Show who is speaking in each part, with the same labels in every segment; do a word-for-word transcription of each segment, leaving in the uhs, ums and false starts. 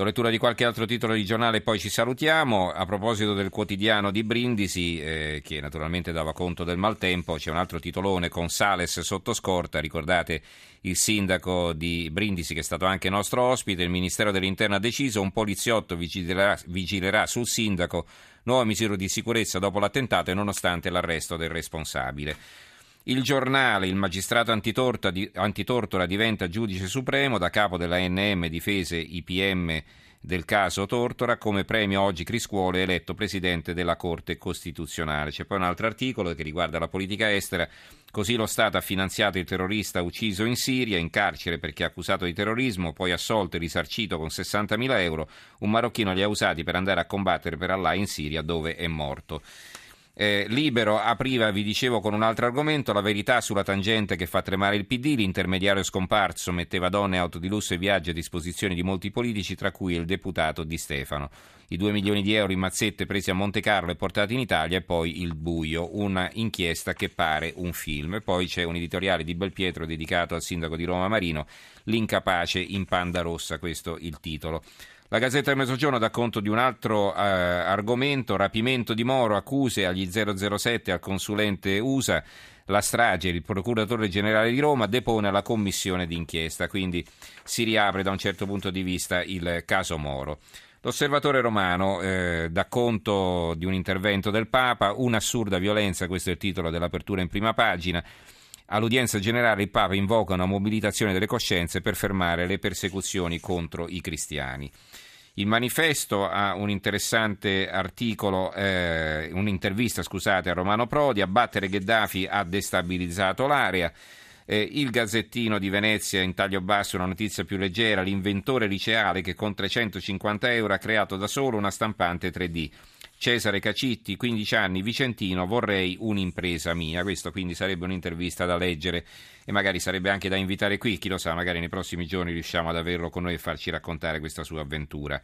Speaker 1: Do lettura di qualche altro titolo di giornale e poi ci salutiamo. A proposito del quotidiano di Brindisi, eh, che naturalmente dava conto del maltempo, c'è un altro titolone con Sales sotto scorta. Ricordate il sindaco di Brindisi, che è stato anche nostro ospite. Il Ministero dell'Interno ha deciso, un poliziotto vigilerà, vigilerà sul sindaco, nuove misure di sicurezza dopo l'attentato e nonostante l'arresto del responsabile. Il Giornale, il magistrato antitorta, antitortora diventa giudice supremo, da capo della A N M difese i P M del caso Tortora, come premio oggi Criscuolo eletto presidente della Corte Costituzionale. C'è poi un altro articolo che riguarda la politica estera, così lo Stato ha finanziato il terrorista ucciso in Siria, in carcere perché accusato di terrorismo, poi assolto e risarcito con sessantamila euro, un marocchino li ha usati per andare a combattere per Allah in Siria dove è morto. Eh, Libero apriva, vi dicevo, con un altro argomento, la verità sulla tangente che fa tremare il P D. L'intermediario scomparso metteva donne, auto di lusso e viaggi a disposizione di molti politici, tra cui il deputato Di Stefano. I due milioni di euro in mazzette presi a Monte Carlo e portati in Italia, e poi il buio, una inchiesta che pare un film. E poi c'è un editoriale di Belpietro dedicato al sindaco di Roma Marino, l'incapace in Panda Rossa, questo il titolo. La Gazzetta del Mezzogiorno dà conto di un altro eh, argomento, rapimento di Moro, accuse agli zero zero sette al consulente U S A, la strage, il procuratore generale di Roma depone alla commissione d'inchiesta, quindi si riapre da un certo punto di vista il caso Moro. L'Osservatore Romano eh, dà conto di un intervento del Papa, un'assurda violenza, questo è il titolo dell'apertura in prima pagina. All'udienza generale il Papa invoca una mobilitazione delle coscienze per fermare le persecuzioni contro i cristiani. Il Manifesto ha un interessante articolo, eh, un'intervista scusate, a Romano Prodi, abbattere Gheddafi ha destabilizzato l'area. Eh, il Gazzettino di Venezia, in taglio basso, una notizia più leggera, l'inventore liceale che con trecentocinquanta euro ha creato da solo una stampante tre D. Cesare Cacitti, quindici anni, vicentino, vorrei un'impresa mia. Questo quindi sarebbe un'intervista da leggere e magari sarebbe anche da invitare qui, chi lo sa, magari nei prossimi giorni riusciamo ad averlo con noi e farci raccontare questa sua avventura.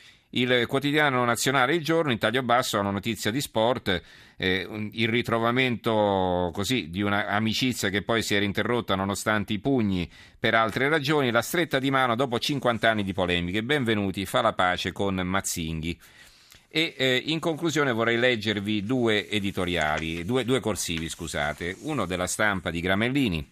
Speaker 1: Il quotidiano nazionale Il Giorno, in taglio basso, ha una notizia di sport, eh, il ritrovamento così di un'amicizia che poi si era interrotta nonostante i pugni per altre ragioni, la stretta di mano dopo cinquanta anni di polemiche. Benvenuti, fa la pace con Mazzinghi. E eh, in conclusione vorrei leggervi due editoriali, due, due corsivi, scusate, uno della Stampa di Gramellini,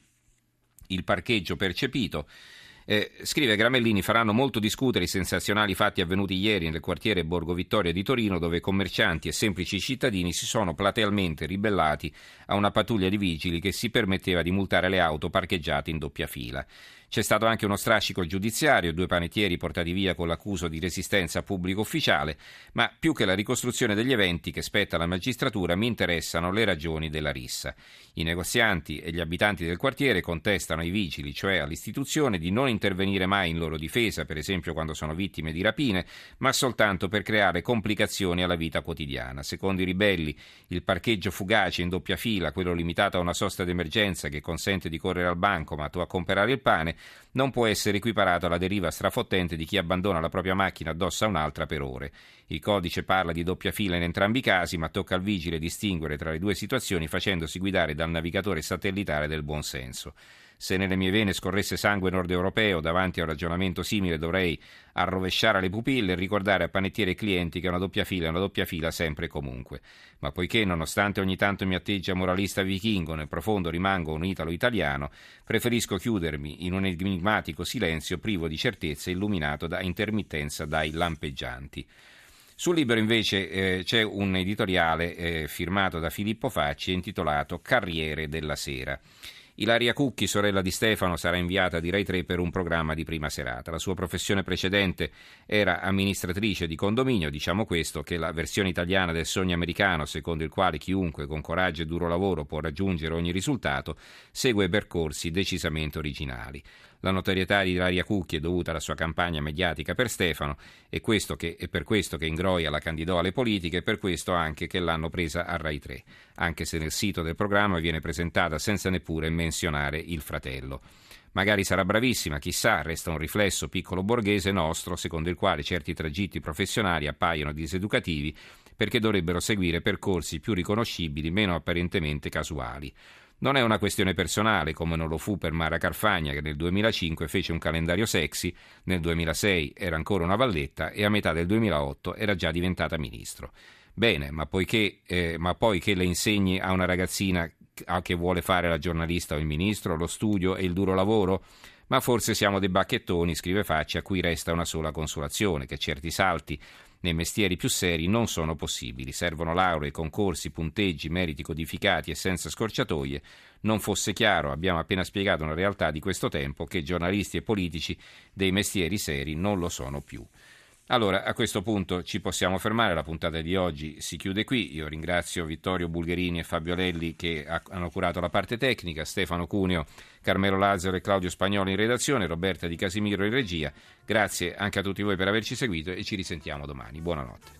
Speaker 1: il parcheggio percepito. Eh, scrive Gramellini, faranno molto discutere i sensazionali fatti avvenuti ieri nel quartiere Borgo Vittoria di Torino, dove commercianti e semplici cittadini si sono platealmente ribellati a una pattuglia di vigili che si permetteva di multare le auto parcheggiate in doppia fila. C'è stato anche uno strascico giudiziario, due panettieri portati via con l'accusa di resistenza a pubblico ufficiale, ma più che la ricostruzione degli eventi che spetta alla magistratura mi interessano le ragioni della rissa. I negozianti e gli abitanti del quartiere contestano ai vigili, cioè all'istituzione, di non intervenire mai in loro difesa, per esempio quando sono vittime di rapine, ma soltanto per creare complicazioni alla vita quotidiana. Secondo i ribelli, il parcheggio fugace in doppia fila, quello limitato a una sosta d'emergenza che consente di correre al bancomat o a comprare il pane, non può essere equiparato alla deriva strafottente di chi abbandona la propria macchina addosso a un'altra per ore. Il codice parla di doppia fila in entrambi i casi, ma tocca al vigile distinguere tra le due situazioni facendosi guidare dal navigatore satellitare del buon senso. Se nelle mie vene scorresse sangue nord-europeo, davanti a un ragionamento simile dovrei arrovesciare le pupille e ricordare a panettieri e clienti che una doppia fila è una doppia fila sempre e comunque. Ma poiché, nonostante ogni tanto mi atteggia moralista vichingo, nel profondo rimango un italo-italiano, preferisco chiudermi in un enigmatico silenzio privo di certezze, illuminato da intermittenza dai lampeggianti. Sul Libero invece eh, c'è un editoriale eh, firmato da Filippo Facci intitolato Carriere della Sera. Ilaria Cucchi, sorella di Stefano, sarà inviata di Rai tre per un programma di prima serata. La sua professione precedente era amministratrice di condominio, diciamo questo, che la versione italiana del sogno americano, secondo il quale chiunque con coraggio e duro lavoro può raggiungere ogni risultato, segue percorsi decisamente originali. La notorietà di Ilaria Cucchi è dovuta alla sua campagna mediatica per Stefano e questo che, è per questo che Ingroia la candidò alle politiche e per questo anche che l'hanno presa a Rai tre, anche se nel sito del programma viene presentata senza neppure menzionare il fratello. Magari sarà bravissima, chissà, resta un riflesso piccolo borghese nostro, secondo il quale certi tragitti professionali appaiono diseducativi perché dovrebbero seguire percorsi più riconoscibili, meno apparentemente casuali. Non è una questione personale, come non lo fu per Mara Carfagna, che nel duemilacinque fece un calendario sexy, nel duemilasei era ancora una valletta e a metà del duemilaotto era già diventata ministro. Bene, ma, poiché, eh, ma poi che le insegni a una ragazzina che vuole fare la giornalista o il ministro, lo studio e il duro lavoro? Ma forse siamo dei bacchettoni, scrive Facci, a cui resta una sola consolazione, che certi salti nei mestieri più seri non sono possibili. Servono lauree, concorsi, punteggi, meriti codificati e senza scorciatoie. Non fosse chiaro, abbiamo appena spiegato una realtà di questo tempo, che giornalisti e politici dei mestieri seri non lo sono più. Allora, a questo punto ci possiamo fermare, la puntata di oggi si chiude qui. Io ringrazio Vittorio Bulgherini e Fabio Lelli che hanno curato la parte tecnica, Stefano Cuneo, Carmelo Lazzaro e Claudio Spagnolo in redazione, Roberta Di Casimiro in regia. Grazie anche a tutti voi per averci seguito e ci risentiamo domani. Buonanotte.